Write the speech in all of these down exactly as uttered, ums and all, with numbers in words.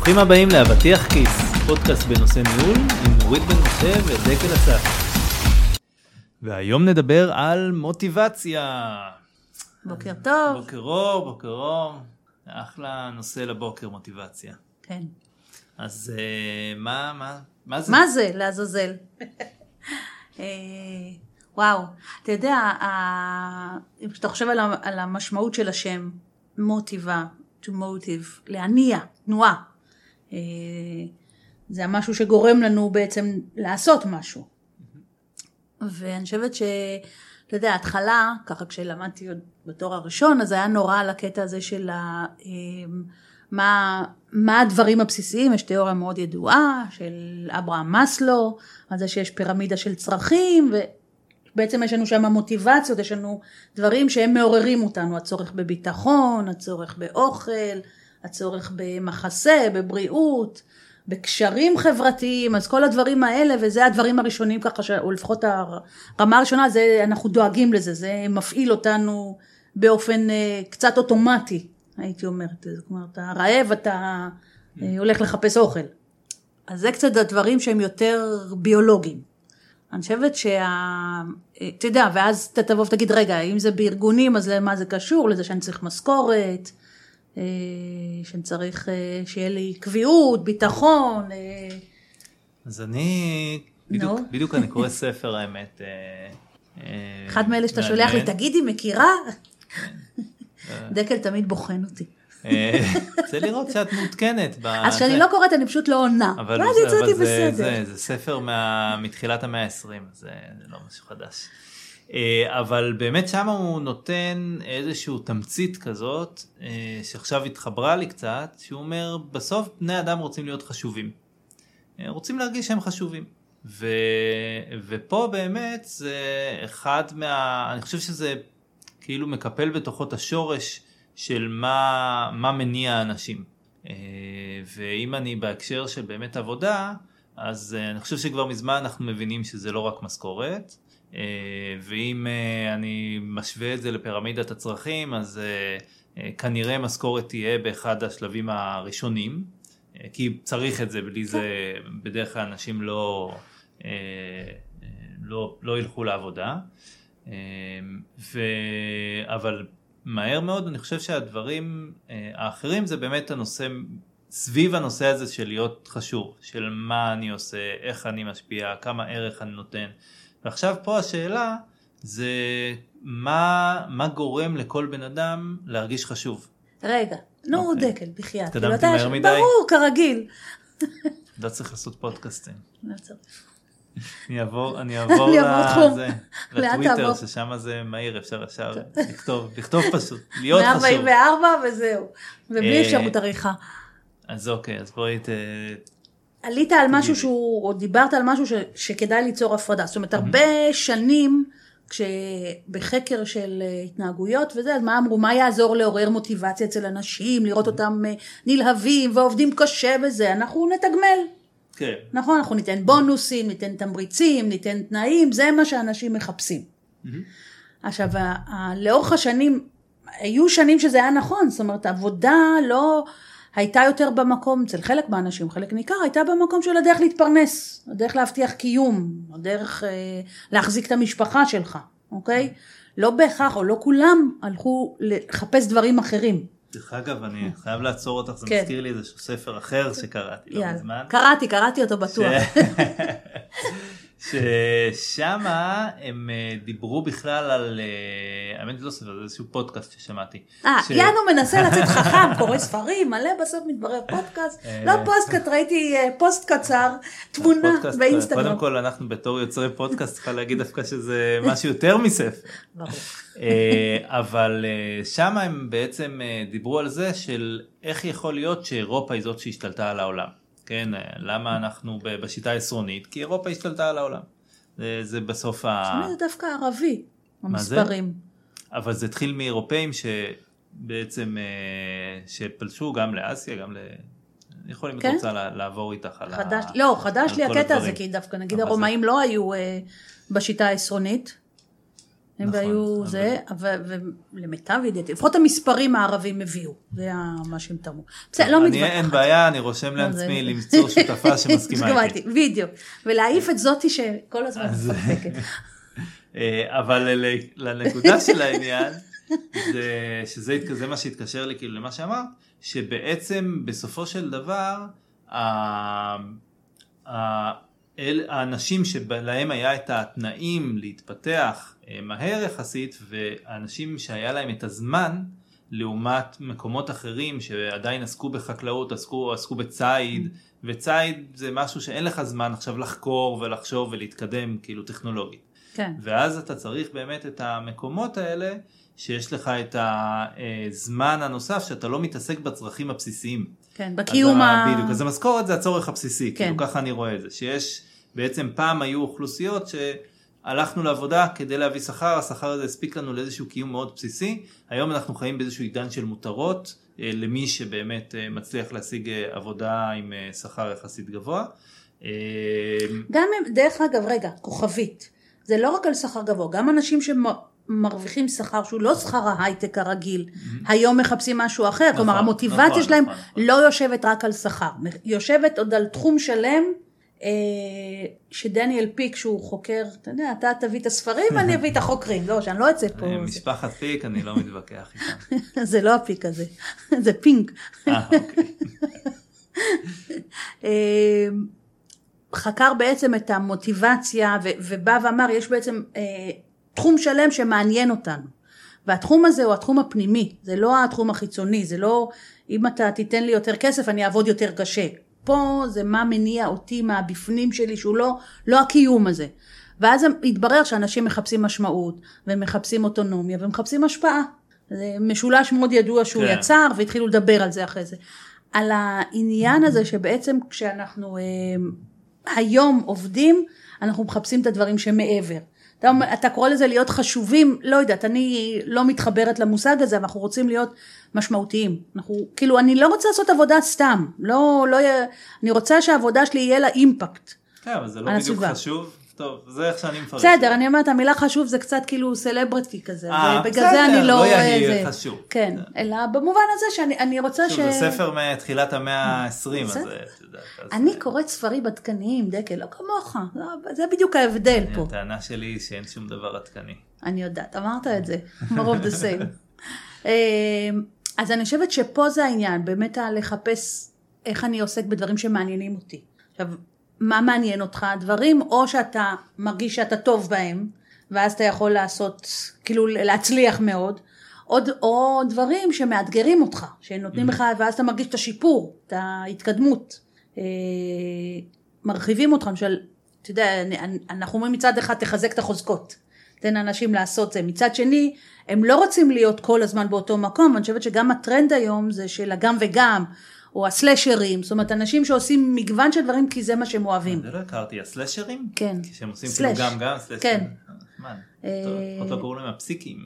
ברוכים הבאים לאבטיח כיס, פודקאסט בנושא ניהול עם נורית בן משה ודקל אסף. והיום נדבר על מוטיבציה. בוקר טוב. בוקר אור, בוקר אור. אחלה נושא לבוקר, מוטיבציה. כן. אז מה, מה, מה זה? מה זה, לעזאזל? וואו, אתה יודע, אם אתה חושב על המשמעות של השם, מוטיבה, to motive, להניע, תנועה. זה משהו שגורם לנו בעצם לעשות משהו. ואני חושבת ש, אתה יודע, התחלה, ככה כשלמדתי עוד בתור הראשון, אז היה נורא על הקטע הזה של ה, מה, מה הדברים הבסיסיים. יש תיאוריה מאוד ידועה של אברהם מאסלו, על זה שיש פירמידה של צרכים, ובעצם יש לנו שם מוטיבציות, יש לנו דברים שהם מעוררים אותנו, הצורך בביטחון, הצורך באוכל, הצורך במחסה, בבריאות, בקשרים חברתיים, אז כל הדברים האלה, וזה הדברים הראשונים ככה, או לפחות הרמה הראשונה, זה, אנחנו דואגים לזה, זה מפעיל אותנו באופן קצת אוטומטי, הייתי אומרת, זאת אומרת, אתה רעב, אתה הולך לחפש אוכל. אז זה קצת הדברים שהם יותר ביולוגיים. אני חושבת שה... אתה יודע, ואז אתה תבוא ותגיד, רגע, אם זה בארגונים, אז למה זה קשור? לזה שאני צריך משכורת, שאני צריך שיהיה לי קביעות, ביטחון. אז אני, בדיוק, בדיוק אני קורא ספר האמת. אחד מאלה שאתה שולח לי, תגידי, מכירה? דקל תמיד בוחן אותי. זה לראות שאת מעודכנת. אז כשאני לא קוראת, אני פשוט לא עונה. אבל זה ספר מתחילת המאה ה-עשרים, זה לא משהו חדש. אבל באמת שם הוא נותן איזשהו תמצית כזאת, שעכשיו התחברה לי קצת, שהוא אומר, בסוף בני אדם רוצים להיות חשובים. רוצים להרגיש שהם חשובים. ו, ופה באמת זה אחד מה... אני חושב שזה כאילו מקפל בתוכו את השורש של מה, מה מניע האנשים. ואם אני בהקשר של באמת עבודה, אז אני חושב שכבר מזמן אנחנו מבינים שזה לא רק משכורת, ואם אני משווה את זה לפירמידת הצרכים, אז כנראה משכורת תהיה באחד השלבים הראשונים, כי צריך את זה, בלי זה בדרך כלל אנשים לא, לא, לא ילכו לעבודה. ו... אבל מהר מאוד אני חושב שהדברים האחרים זה באמת הנושא, סביב הנושא הזה של להיות חשוב, של מה אני עושה, איך אני משפיע, כמה ערך אני נותן. ועכשיו פה השאלה זה מה, מה גורם לכל בן אדם להרגיש חשוב. רגע, נו okay. דקל, בחייאת. תקדמתי מהר מדי? ברור, כרגיל. לא צריך לעשות פודקאסטים. לא צריך. אני אעבור, אני אעבור לזה, לטוויטר, ששם זה מהיר, אפשר אפשר לכתוב, לכתוב פשוט, להיות חשוב. מאה ארבעים וארבע וזהו, ובלי אפשרות עריכה. אז אוקיי, אז בואי ת... עלית על משהו שהוא, או דיברת על משהו ש, שכדאי ליצור הפרדה. זאת אומרת, הרבה שנים, כשבחקר של התנהגויות וזה, אז מה אמרו, מה יעזור לעורר מוטיבציה אצל אנשים, לראות אותם נלהבים ועובדים קשה בזה, אנחנו נתגמל. כן. נכון, אנחנו ניתן בונוסים, ניתן תמריצים, ניתן תנאים, זה מה שאנשים מחפשים. עכשיו, לאורך השנים, היו שנים שזה היה נכון, זאת אומרת, העבודה לא... הייתה יותר במקום, אצל חלק מהאנשים, חלק ניכר, הייתה במקום של הדרך להתפרנס, הדרך להבטיח קיום, הדרך אה, להחזיק את המשפחה שלך, אוקיי? לא בהכרח, או לא כולם, הלכו לחפש דברים אחרים. דרך אגב, אני חייב לעצור אותך, זה מזכיר לי איזשהו ספר אחר שקראתי לא מזמן. קראתי, קראתי אותו בטוח. ששמה הם דיברו בכלל על, האמת לא ספר, זה איזשהו פודקאסט ששמעתי. אה, יאנו מנסה לצאת חכם, קורא ספרים, מלא בסוף מתברר פודקאסט, לא פוסטקאסט, ראיתי פוסט קצר, תמונה באינסטגרם. קודם כל אנחנו בתור יוצרי פודקאסט, צריכה להגיד דווקא שזה משהו יותר מספר. אבל שמה הם בעצם דיברו על זה של איך יכול להיות שאירופה היא זאת שהשתלטה על העולם. כן, למה אנחנו בשיטה העשרונית? כי אירופה השתלטה על העולם. זה, זה בסוף ה... שני זה דווקא ערבי, המספרים. אבל זה התחיל מאירופאים שבעצם, שפלשו גם לאסיה, גם ל... יכולים את רוצה לעבור איתך על ה... לא, חדש לי הקטע הזה, כי דווקא נגיד הרומאים לא היו בששיטה העשרונית. הם והיו זה, ולמיטב ידיעתי, לפחות המספרים הערבים הביאו, זה מה שהם תרמו. בסדר, לא מתווכחת. אין בעיה, אני רושם לעצמי למצוא שותפה שמסכימה איתי. בדיוק, ולהעיף את זאתי שכל הזמן מפקפקת. אבל לנקודה של העניין, שזה מה שהתקשר לי כאילו למה שאמרת, שבעצם בסופו של דבר, האנשים שלהם היה את התנאים להתפתח מהר יחסית, והאנשים שהיה להם את הזמן, לעומת מקומות אחרים שעדיין עסקו בחקלאות, עסקו, עסקו בצייד, וצייד זה משהו שאין לך זמן עכשיו לחקור ולחשוב ולהתקדם כאילו טכנולוגית. כן. ואז אתה צריך באמת את המקומות האלה, שיש לך את הזמן הנוסף, שאתה לא מתעסק בצרכים הבסיסיים. כן, בקיום ה... בדיוק, אז המשכורת זה הצורך הבסיסי, כן. כאילו ככה אני רואה את זה, שיש בעצם פעם היו אוכלוסיות שהלכנו לעבודה כדי להביא שכר, השכר הזה הספיק לנו לאיזשהו קיום מאוד בסיסי, היום אנחנו חיים באיזשהו עידן של מותרות, למי שבאמת מצליח להשיג עבודה עם שכר יחסית גבוה. גם דרך אגב, רגע, כוכבית, זה לא רק על שכר גבוה, גם אנשים שמרוויחים שכר שהוא לא שכר ההייטק הרגיל, היום מחפשים משהו אחר, כלומר המוטיבציה שלהם לא יושבת רק על שכר, יושבת עוד על תחום שלם, שדניאל פיק שהוא חוקר, אתה יודע, אתה תביא את הספרים ואני אביא את החוקרים, לא, שאני לא אצא פה. משפחת פיק, אני לא מתווכח איתם. זה לא הפיק הזה, זה פינק. אה, אוקיי. חקר בעצם את המוטיבציה, ובא ואמר, יש בעצם תחום שלם שמעניין אותנו. והתחום הזה הוא התחום הפנימי, זה לא התחום החיצוני, זה לא, אם אתה תיתן לי יותר כסף, אני אעבוד יותר קשה. פה זה מה מניע אותי מהבפנים שלי, שהוא לא, לא הקיום הזה. ואז התברר שאנשים מחפשים משמעות, ומחפשים אוטונומיה, ומחפשים השפעה. זה משולש מאוד ידוע שהוא כן. יצר, והתחילו לדבר על זה אחרי זה. על העניין הזה שבעצם כשאנחנו אה, היום עובדים, אנחנו מחפשים את הדברים שמעבר. אתה, אתה קורא לזה להיות חשובים, לא יודעת, אני לא מתחברת למושג הזה, אבל אנחנו רוצים להיות משמעותיים. אנחנו, כאילו, אני לא רוצה לעשות עבודה סתם, לא, לא, אני רוצה שהעבודה שלי יהיה לה אימפקט. כן, אבל זה לא בדיוק חשוב. טוב, זה איך שאני מפרש. בסדר, אני אומרת, המילה חשוב זה קצת כאילו סלברטי כזה, ובגלל זה אני לא... לא יהיה חשוב. כן, אלא במובן הזה שאני רוצה ש... זה ספר מתחילת המאה ה-עשרים, אז... אני קוראת ספרים עדכניים, דקל, לא כמוך, זה בדיוק ההבדל פה. הטענה שלי היא שאין שום דבר עדכני. אני יודעת, אמרת את זה, מרוב דה סיים. אז אני חושבת שפה זה העניין, באמת לחפש איך אני עוסק בדברים שמעניינים אותי. עכשיו, מה מעניין אותך? דברים, או שאתה מרגיש שאתה טוב בהם, ואז אתה יכול לעשות, כאילו להצליח מאוד, עוד, או דברים שמאתגרים אותך, שנותנים לך, ואז אתה מרגיש את השיפור, את ההתקדמות, מרחיבים אותך, למשל, אתה יודע, אנחנו אומרים מצד אחד תחזק את החוזקות, תן אנשים לעשות זה, מצד שני, הם לא רוצים להיות כל הזמן באותו מקום, ואני חושבת שגם הטרנד היום זה של הגם וגם, או הסלשרים, זאת אומרת, אנשים שעושים מגוון של דברים, כי זה מה שהם אוהבים. זה לא הכרתי, הסלשרים? כן. כשהם עושים כאילו גם גם סלשרים. כן. מן, עוד לא קוראים להם הפסיקים.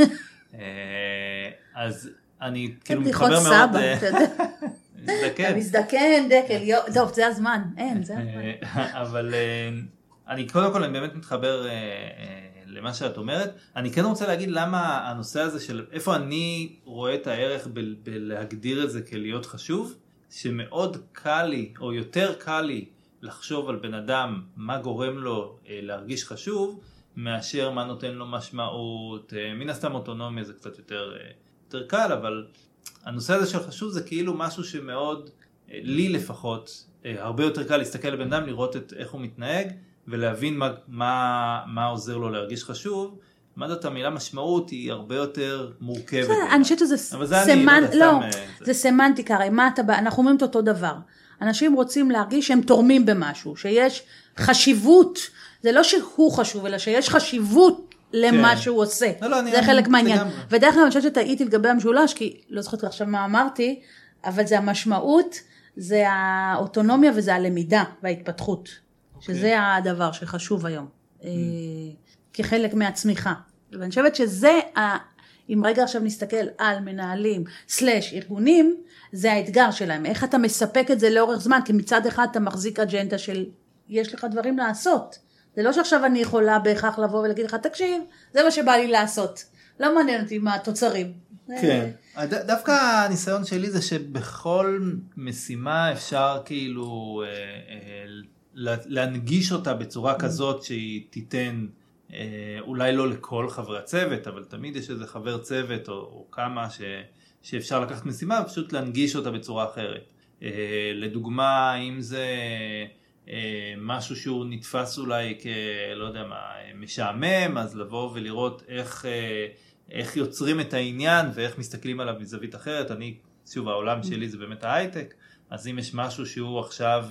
אז אני כאילו מתחבר מאוד... בדיחות סבא, אתה יודע. מזדקן. מזדקן, דקל, טוב, זה הזמן, אין, זה הזמן. אבל אני קודם כל, אני באמת מתחבר למה שאת אומרת. אני כן רוצה להגיד למה הנושא הזה של איפה אני רואה את הערך ב- בלהגדיר את זה כלהיות חשוב, שמאוד קל לי או יותר קל לי לחשוב על בן אדם מה גורם לו אה, להרגיש חשוב, מאשר מה נותן לו משמעות. אה, מן הסתם אוטונומיה זה קצת יותר, אה, יותר קל, אבל הנושא הזה של חשוב זה כאילו משהו שמאוד, אה, לי לפחות, אה, הרבה יותר קל להסתכל לבן אדם, לראות את איך הוא מתנהג, ולהבין מה, מה, מה עוזר לו להרגיש חשוב. מה זאת המילה משמעות היא הרבה יותר מורכבת. אני חושבת שזה סמנטיקה, לא, זה סמנטיקה, הרי מה אתה, אנחנו אומרים את אותו דבר. אנשים רוצים להרגיש שהם תורמים במשהו, שיש חשיבות, זה לא שהוא חשוב, אלא שיש חשיבות למה שהוא עושה. זה חלק מהעניין. ודרך כלל אני חושבת שטעיתי לגבי המשולש, כי לא זוכרת עכשיו מה אמרתי, אבל זה המשמעות, זה האוטונומיה וזה הלמידה וההתפתחות. שזה הדבר שחשוב היום, כחלק מהצמיחה. ואני חושבת שזה, אם רגע עכשיו נסתכל על מנהלים, סלש ארגונים, זה האתגר שלהם. איך אתה מספק את זה לאורך זמן? כי מצד אחד אתה מחזיק אג'נדה של, יש לך דברים לעשות. זה לא שעכשיו אני יכולה בהכרח לבוא ולהגיד לך, תקשיב, זה מה שבא לי לעשות. לא מעניין אותי מה התוצרים. כן, דווקא הניסיון שלי זה שבכל משימה אפשר כאילו להנגיש אותה בצורה כזאת שהיא תיתן, אולי לא לכל חברי הצוות, אבל תמיד יש איזה חבר צוות או, או כמה ש, שאפשר לקחת משימה ופשוט להנגיש אותה בצורה אחרת. לדוגמה, אם זה משהו שהוא נתפס אולי כלא יודע מה, משעמם, אז לבוא ולראות איך, איך יוצרים את העניין ואיך מסתכלים עליו מזווית אחרת. אני, שוב, העולם שלי זה באמת ההייטק, אז אם יש משהו שהוא עכשיו,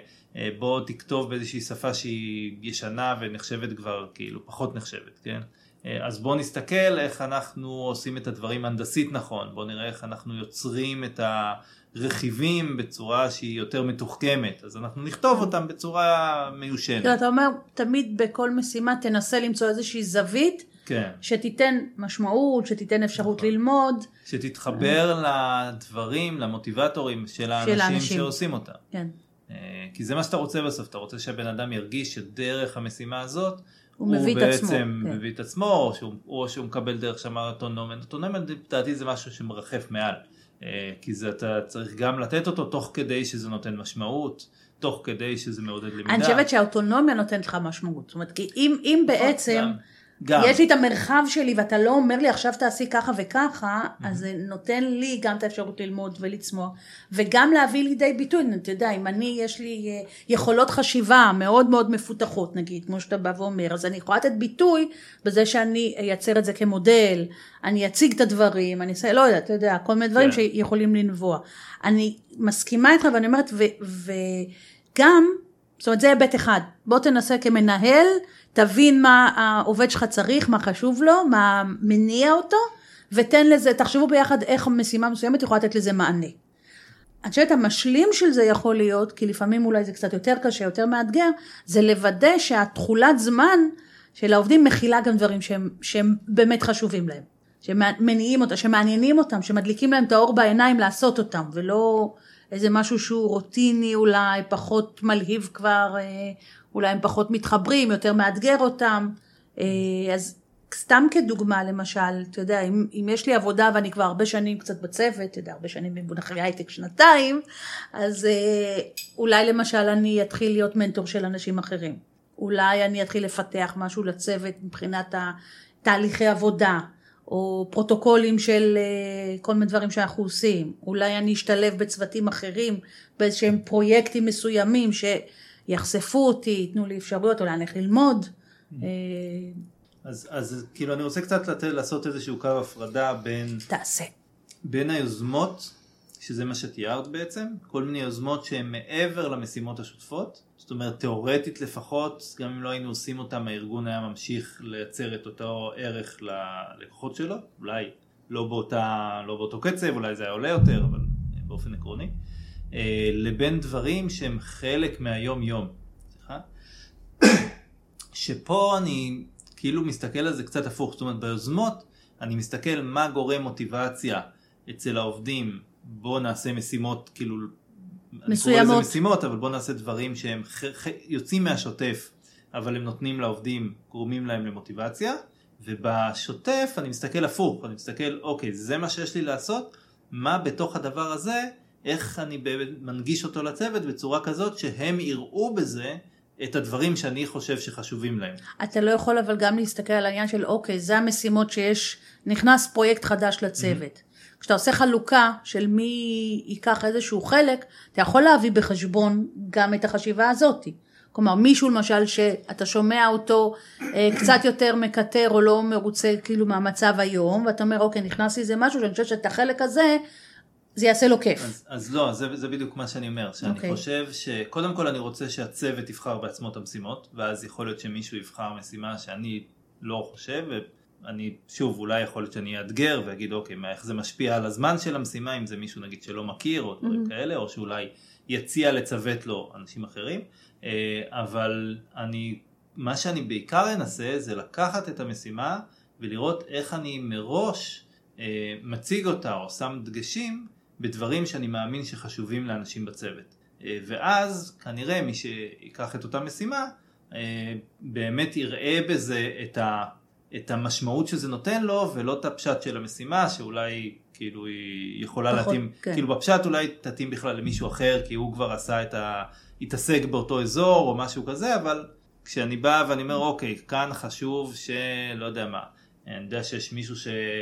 בוא תכתוב באיזושהי שפה שהיא ישנה ונחשבת כבר כאילו פחות נחשבת, כן? אז בוא נסתכל איך אנחנו עושים את הדברים הנדסית נכון, בוא נראה איך אנחנו יוצרים את הרכיבים בצורה שהיא יותר מתוחכמת, אז אנחנו נכתוב אותם בצורה מיושנת. אתה אומר, תמיד בכל משימה תנסה למצוא איזושהי זווית, כן. שתיתן משמעות, שתיתן אפשרות ללמוד. שתתחבר לדברים, למוטיבטורים של האנשים שעושים אותם. כן. כי זה מה שאתה רוצה בסוף, אתה רוצה שהבן אדם ירגיש שדרך המשימה הזאת, הוא, הוא מביא בעצם את עצמו, מביא את עצמו, או שהוא, או שהוא מקבל דרך שמר אוטונומיה. אוטונומיה, לדעתי, זה משהו שמרחף מעל. כי זה, אתה צריך גם לתת אותו תוך כדי שזה נותן משמעות, תוך כדי שזה מעודד למידה. אני חושבת שהאוטונומיה נותנת לך משמעות. זאת אומרת, כי אם, אם בעצם... גם. יש לי את המרחב שלי ואתה לא אומר לי עכשיו תעשי ככה וככה, mm-hmm. אז זה נותן לי גם את האפשרות ללמוד ולצמוח, וגם להביא לידי ביטוי. אתה יודע, אם אני, יש לי יכולות חשיבה מאוד מאוד מפותחות, נגיד, כמו שאתה בא ואומר, אז אני יכולה לתת ביטוי בזה שאני אייצר את זה כמודל, אני אציג את הדברים, אני אעשה, לא יודעת, אתה יודע, כל מיני דברים yeah. שיכולים לנבוע. אני מסכימה איתך ואני אומרת, ו- וגם, זאת אומרת, זה היבט אחד, בוא תנסה כמנהל, תבין מה העובד שלך צריך, מה חשוב לו, מה מניע אותו, ותן לזה, תחשבו ביחד איך המשימה מסוימת יכולה לתת לזה מענה. אני חושבת המשלים של זה יכול להיות, כי לפעמים אולי זה קצת יותר קשה, יותר מאתגר, זה לוודא שהתחולת זמן של העובדים מכילה גם דברים שהם, שהם באמת חשובים להם, שמניעים אותם, שמעניינים אותם, שמדליקים להם את האור בעיניים לעשות אותם, ולא איזה משהו שהוא רוטיני אולי, פחות מלהיב כבר, אולי הם פחות מתחברים, יותר מאתגר אותם. אז סתם כדוגמה למשל, אתה יודע, אם, אם יש לי עבודה ואני כבר הרבה שנים קצת בצוות, אתה יודע, הרבה שנים במונחי הייטק שנתיים, אז אולי למשל אני אתחיל להיות מנטור של אנשים אחרים. אולי אני אתחיל לפתח משהו לצוות מבחינת תהליכי עבודה, או פרוטוקולים של כל מיני דברים שאנחנו עושים. אולי אני אשתלב בצוותים אחרים, באיזשהם פרויקטים מסוימים שיחשפו אותי, ייתנו לי אפשרויות, אולי אני איך ללמוד. אז, אז כאילו אני רוצה קצת לתת, לעשות איזשהו קו הפרדה בין... תעשה. בין היוזמות, שזה מה שתיארת בעצם, כל מיני יוזמות שהן מעבר למשימות השוטפות, זאת אומרת, תיאורטית לפחות, גם אם לא היינו עושים אותם, הארגון היה ממשיך לייצר את אותו ערך ללקוחות שלו, אולי לא, באותה, לא באותו קצב, אולי זה היה עולה יותר, אבל באופן עקרוני, לבין דברים שהם חלק מהיום יום. סליחה? שפה אני כאילו מסתכל על זה קצת הפוך, זאת אומרת, ביוזמות אני מסתכל מה גורם מוטיבציה אצל העובדים, בוא נעשה משימות כאילו, אני קורא לזה משימות, אבל בוא נעשה דברים שהם יוצאים מהשוטף, אבל הם נותנים לעובדים, גורמים להם למוטיבציה, ובשוטף אני מסתכל הפוך, אני מסתכל, אוקיי, זה מה שיש לי לעשות, מה בתוך הדבר הזה, איך אני מנגיש אותו לצוות בצורה כזאת, שהם יראו בזה את הדברים שאני חושב שחשובים להם. אתה לא יכול אבל גם להסתכל על העניין של, אוקיי, זה המשימות שיש, נכנס פרויקט חדש לצוות. Mm-hmm. כשאתה עושה חלוקה של מי ייקח איזשהו חלק, אתה יכול להביא בחשבון גם את החשיבה הזאת. כלומר, מישהו למשל שאתה שומע אותו אה, קצת יותר מקטר או לא מרוצה כאילו מהמצב היום, ואתה אומר, אוקיי, נכנס לי זה משהו, שאני חושב שאת החלק הזה, זה יעשה לו כיף. אז, אז לא, זה, זה בדיוק מה שאני אומר, שאני okay. חושב שקודם כל אני רוצה שהצוות יבחר בעצמו את המשימות, ואז יכול להיות שמישהו יבחר משימה שאני לא חושב, אני שוב אולי יכול להיות שאני אאתגר ואגיד אוקיי, מה, איך זה משפיע על הזמן של המשימה, אם זה מישהו נגיד שלא מכיר או דברים mm-hmm. כאלה, או שאולי יציע לצוות לו אנשים אחרים, אבל אני, מה שאני בעיקר אנסה זה לקחת את המשימה ולראות איך אני מראש מציג אותה או שם דגשים בדברים שאני מאמין שחשובים לאנשים בצוות. ואז כנראה מי שיקח את אותה משימה באמת יראה בזה את, ה, את המשמעות שזה נותן לו, ולא את הפשט של המשימה, שאולי כאילו היא יכולה פחות, להתאים, כן. כאילו בפשט אולי תתאים בכלל למישהו אחר, כי הוא כבר עשה את ה... התעסק באותו אזור או משהו כזה, אבל כשאני בא ואני אומר, אוקיי, כאן חשוב שלא יודע מה, אני יודע שיש מישהו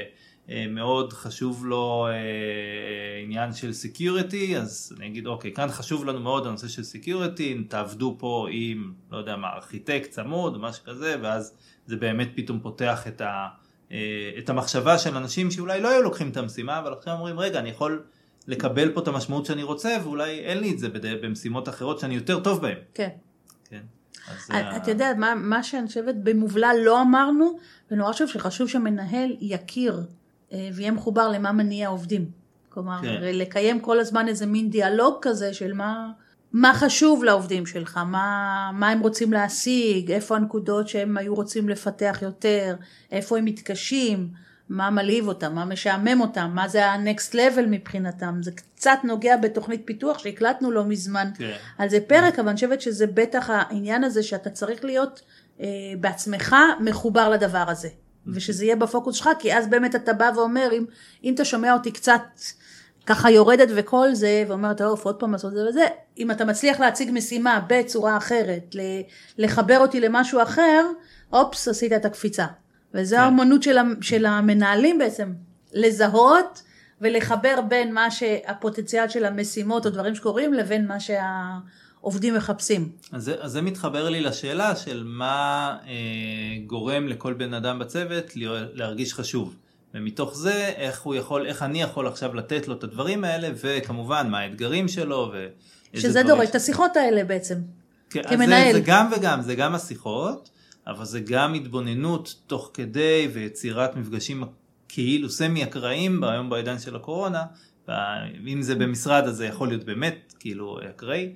שמאוד חשוב לו עניין של סקיוריטי, אז אני אגיד, אוקיי, כאן חשוב לנו מאוד הנושא של סקיוריטי, תעבדו פה עם, לא יודע מה, ארכיטקט צמוד או משהו כזה, ואז זה באמת פתאום פותח את, ה, את המחשבה של אנשים שאולי לא היו לוקחים את המשימה, אבל עכשיו אומרים, רגע, אני יכול לקבל פה את המשמעות שאני רוצה, ואולי אין לי את זה במשימות אחרות שאני יותר טוב בהן. כן. כן. אתה יודע, מה, מה שאני חושבת במובלע לא אמרנו, ונורא חשוב שחשוב שמנהל יכיר ויהיה מחובר למה מניע העובדים. כלומר, כן. לקיים כל הזמן איזה מין דיאלוג כזה של מה, מה חשוב לעובדים שלך, מה, מה הם רוצים להשיג, איפה הנקודות שהם היו רוצים לפתח יותר, איפה הם מתקשים, מה מלהיב אותם, מה משעמם אותם, מה זה ה-next level מבחינתם. זה קצת נוגע בתוכנית פיתוח שהקלטנו לא מזמן כן. על זה פרק, אבל אני חושבת שזה בטח העניין הזה שאתה צריך להיות אה, בעצמך מחובר לדבר הזה. ושזה יהיה בפוקוס שלך, כי אז באמת אתה בא ואומר, אם, אם אתה שומע אותי קצת ככה יורדת וכל זה, ואומרת, אוף, עוד פעם לעשות זה וזה, אם אתה מצליח להציג משימה בצורה אחרת, לחבר אותי למשהו אחר, אופס, עשית את הקפיצה. וזו כן. האמנות של, של המנהלים בעצם, לזהות ולחבר בין מה שהפוטנציאל של המשימות או דברים שקורים, לבין מה שהעובדים מחפשים. אז זה, אז זה מתחבר לי לשאלה של מה אה, גורם לכל בן אדם בצוות להרגיש חשוב. ומתוך זה, איך הוא יכול, איך אני יכול עכשיו לתת לו את הדברים האלה, וכמובן, מה האתגרים שלו, שזה דורש, ש... את השיחות האלה בעצם, כן, כמנהל. זה, זה גם וגם, זה גם השיחות, אבל זה גם התבוננות תוך כדי, ויצירת מפגשים כאילו סמי-אקראיים, היום בעידן של הקורונה, ואם זה במשרד, אז זה יכול להיות באמת, כאילו, אקראי,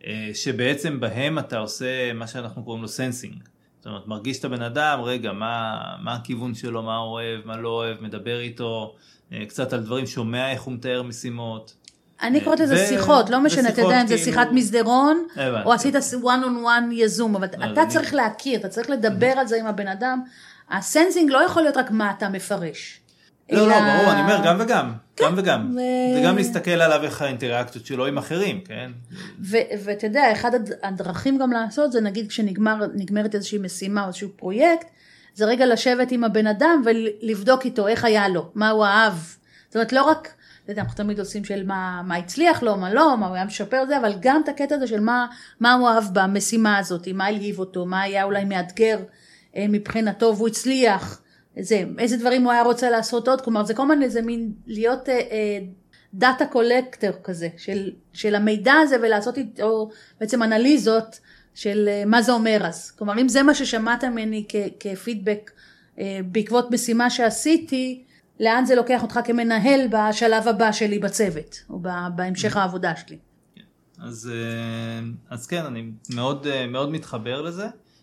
שבעצם בהם אתה עושה מה שאנחנו קוראים לו סנסינג. זאת אומרת, מרגיש את הבן אדם, רגע, מה, מה הכיוון שלו, מה הוא אוהב, מה לא אוהב, מדבר איתו, קצת על דברים, שומע איך הוא מתאר משימות. אני קוראת לזה שיחות, לא משנה, אתה יודע אם זה שיחת מסדרון, או עשית one on one יזום, אבל אתה צריך להכיר, אתה צריך לדבר על זה עם הבן אדם. הסנסינג לא יכול להיות רק מה אתה מפרש. לא, לא, ברור, אני אומר גם וגם, גם וגם. זה גם להסתכל עליו איך האינטראקציות שלו עם אחרים, כן? ואתה יודע, אחד הדרכים גם לעשות זה, נגיד כשנגמרת איזושהי משימה או איזשהו פרויקט, זה רגע לשבת עם הבן אדם ולבדוק איתו איך היה לו, מה הוא אהב. זאת אומרת, לא רק, אנחנו תמיד עושים של מה, מה הצליח לו, מה לא, מה הוא היה משפר זה, אבל גם את הקטע הזה של מה, מה הוא אהב במשימה הזאת, מה הלהיב אותו, מה היה אולי מאתגר מבחינתו והוא הצליח. זה, איזה דברים הוא היה רוצה לעשות עוד, כלומר זה כל מיני איזה מין להיות דאטה קולקטור כזה, של, של המידע הזה ולעשות איתו בעצם אנליזות של uh, מה זה אומר אז. כלומר אם זה מה ששמעת ממני כ, כפידבק uh, בעקבות משימה שעשיתי, לאן זה לוקח אותך כמנהל בשלב הבא שלי בצוות, או בהמשך העבודה שלי. אז, אז כן, אני מאוד, מאוד מתחבר לזה.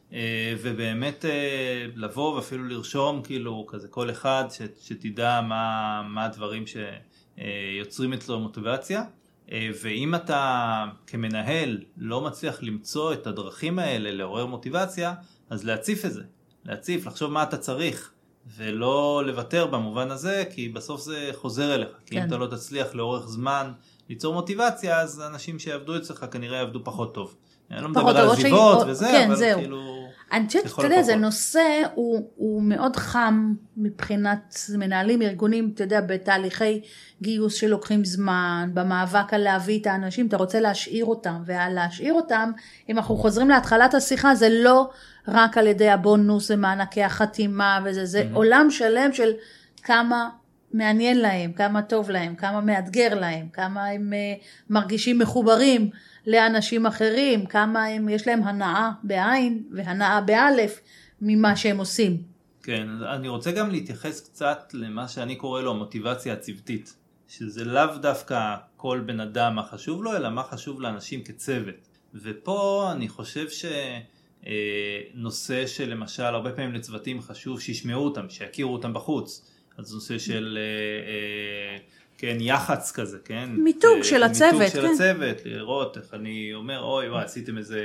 ובאמת לבוא ואפילו לרשום כאילו כזה כל אחד ש, שתדע מה, מה הדברים שיוצרים אצלו מוטיבציה, ואם אתה כמנהל לא מצליח למצוא את הדרכים האלה לעורר מוטיבציה, אז להציף את זה, להציף, לחשוב מה אתה צריך ולא לוותר במובן הזה, כי בסוף זה חוזר אליך, כי כן. אם אתה לא תצליח לאורך זמן ליצור מוטיבציה, אז אנשים שיעבדו אצלך כנראה יעבדו פחות טוב. אני לא מדבר על זיבות וזה, כן, אבל זהו. כאילו... אני חושבת, אתה יודע, זה נושא, הוא, הוא מאוד חם מבחינת מנהלים, ארגונים, אתה יודע, בתהליכי גיוס שלוקחים זמן, במאבק על להביא את האנשים, אתה רוצה להשאיר אותם, ולהשאיר אותם, אם אנחנו חוזרים להתחלת השיחה, זה לא רק על ידי הבונוס ומענקי החתימה וזה, זה mm-hmm. עולם שלם של כמה מעניין להם, כמה טוב להם, כמה מאתגר להם, כמה הם uh, מרגישים מחוברים לאנשים אחרים, כמה הם, יש להם הנאה בעין והנאה באלף ממה שהם עושים. כן, אני רוצה גם להתייחס קצת למה שאני קורא לו מוטיבציה הצוותית, שזה לאו דווקא כל בן אדם מה חשוב לו, אלא מה חשוב לאנשים כצוות. ופה אני חושב שנושא שלמשל הרבה פעמים לצוותים חשוב שישמעו אותם, שיכירו אותם בחוץ. אז נושא של... כן, יחץ כזה, כן? מיתוג של הצוות, מיתוג של הצוות, לראות איך אני אומר, אוי, וואי, עשיתם איזה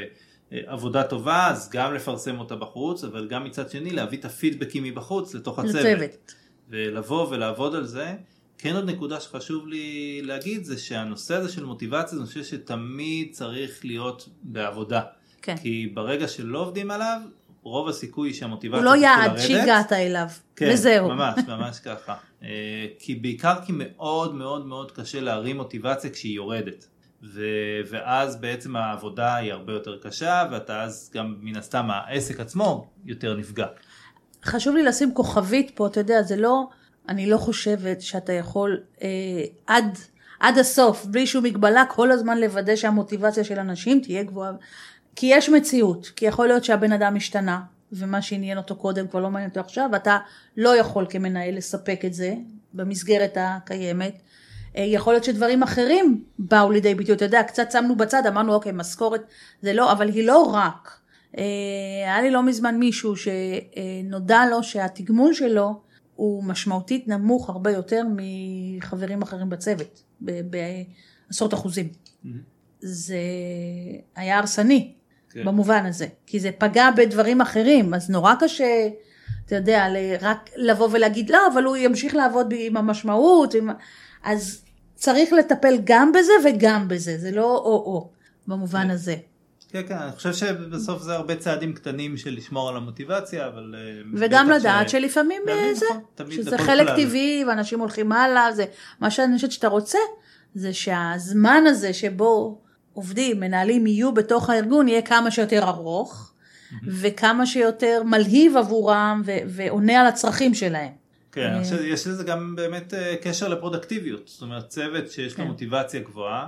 עבודה טובה, אז גם לפרסם אותה בחוץ, אבל גם מצד שני להביא את הפידבקים מבחוץ לתוך הצוות. לצוות. ולבוא ולעבוד על זה. כן, עוד נקודה שחשוב לי להגיד, זה שהנושא הזה של מוטיבציה, זה נושא שתמיד צריך להיות בעבודה. כן. כי ברגע שלא עובדים עליו, רוב הסיכוי שהמוטיבציה הוא לא יעד שהגעת אליו, כן, וזהו. ממש, ממש ככה. כי בעיקר כי מאוד מאוד מאוד קשה להרים מוטיבציה כשהיא יורדת. ו- ואז בעצם העבודה היא הרבה יותר קשה, ואתה אז גם מן הסתם העסק עצמו יותר נפגע. חשוב לי לשים כוכבית פה, אתה יודע, זה לא, אני לא חושבת שאתה יכול אה, עד, עד הסוף, בלי שום מגבלה, כל הזמן לוודא שהמוטיבציה של אנשים תהיה גבוהה. כי יש מציאות, כי יכול להיות שהבן אדם השתנה, ומה שעניין אותו קודם כבר לא מעניין אותו עכשיו, ואתה לא יכול כמנהל לספק את זה במסגרת הקיימת. יכול להיות שדברים אחרים באו לידי ביטוי, אתה יודע, קצת שמנו בצד, אמרנו אוקיי, משכורת זה לא, אבל היא לא רק. היה לי לא מזמן מישהו שנודע לו שהתגמול שלו הוא משמעותית נמוך הרבה יותר מחברים אחרים בצוות, בעשרות אחוזים. זה היה הרסני. כן. במובן הזה, כי זה פגע בדברים אחרים, אז נורא קשה, אתה יודע, רק לבוא ולהגיד, לא, אבל הוא ימשיך לעבוד עם המשמעות, עם... אז צריך לטפל גם בזה וגם בזה, זה לא או-או, במובן כן. הזה. כן, כן, אני חושב שבסוף זה הרבה צעדים קטנים של לשמור על המוטיבציה, אבל... וגם לדעת ש... שלפעמים זה, נכון, שזה חלק כלל. טבעי, ואנשים הולכים הלאה, זה, מה שאני חושבת שאתה רוצה, זה שהזמן הזה שבו, עובדים, מנהלים יהיו בתוך הארגון, יהיה כמה שיותר ארוך, mm-hmm. וכמה שיותר מלהיב עבורם, ו- ועונה על הצרכים שלהם. כן, אני חושב, יש לזה גם באמת קשר לפרודקטיביות, זאת אומרת, צוות שיש לו מוטיבציה גבוהה,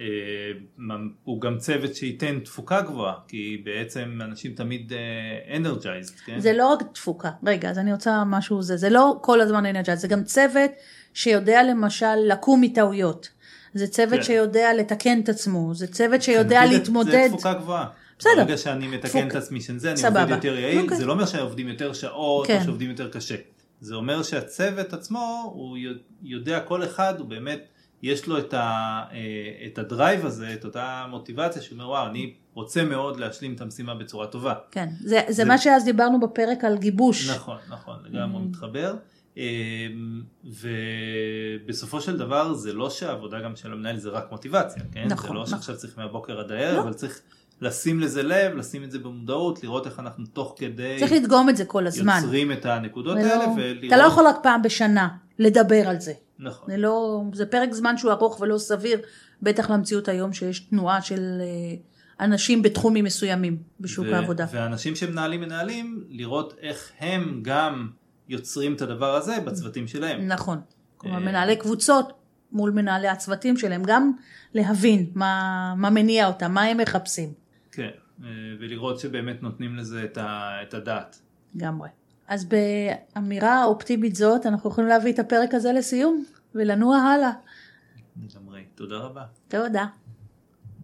הוא גם צוות שייתן תפוקה גבוהה, כי בעצם אנשים תמיד energized, כן? זה לא רק תפוקה, רגע, אז אני רוצה משהו זה, זה לא כל הזמן energized, זה גם צוות שיודע למשל לקום מטעויות. זה צוות כן. שיודע לתקן את עצמו, זה צוות שיודע כן, להתמודד. זה תפוקה גבוהה. בסדר. ברגע שאני מתקן תפוק... את עצמי שזה, אני סבבה. עובד יותר יעיל, okay. זה לא אומר שעובדים יותר שעות, כן. או שעובדים יותר קשה. זה אומר שהצוות עצמו, הוא יודע כל אחד, הוא באמת, יש לו את, ה, את הדרייב הזה, את אותה מוטיבציה, שהוא אומר, וואו, אני רוצה מאוד להשלים את המשימה בצורה טובה. כן, זה, זה, זה... מה שאז דיברנו בפרק על גיבוש. נכון, נכון, לגמרי mm-hmm. מתחבר. ובסופו של דבר זה לא שהעבודה גם של המנהל זה רק מוטיבציה, כן? נכון, זה לא שעכשיו נכון. צריך מהבוקר עד הערב, לא. אבל צריך לשים לזה לב, לשים את זה במודעות, לראות איך אנחנו תוך כדי... צריך לדגום את זה כל הזמן. יוצרים את הנקודות ולא, האלה ולראות... אתה לא יכול רק פעם בשנה לדבר על זה. נכון. זה, לא, זה פרק זמן שהוא ארוך ולא סביר, בטח למציאות היום שיש תנועה של אנשים בתחומים מסוימים בשוק ו- העבודה. ואנשים שמנהלים מנהלים, לראות איך הם גם... יוצרים את הדבר הזה בצוותים שלהם. נכון. כלומר, מנהלי קבוצות מול מנהלי הצוותים שלהם, גם להבין מה, מה מניע אותם, מה הם מחפשים. כן, ולראות שבאמת נותנים לזה את, ה, את הדעת. גמרי. אז באמירה אופטימית זאת, אנחנו יכולים להביא את הפרק הזה לסיום, ולנוע הלאה. גמרי, תודה רבה. תודה.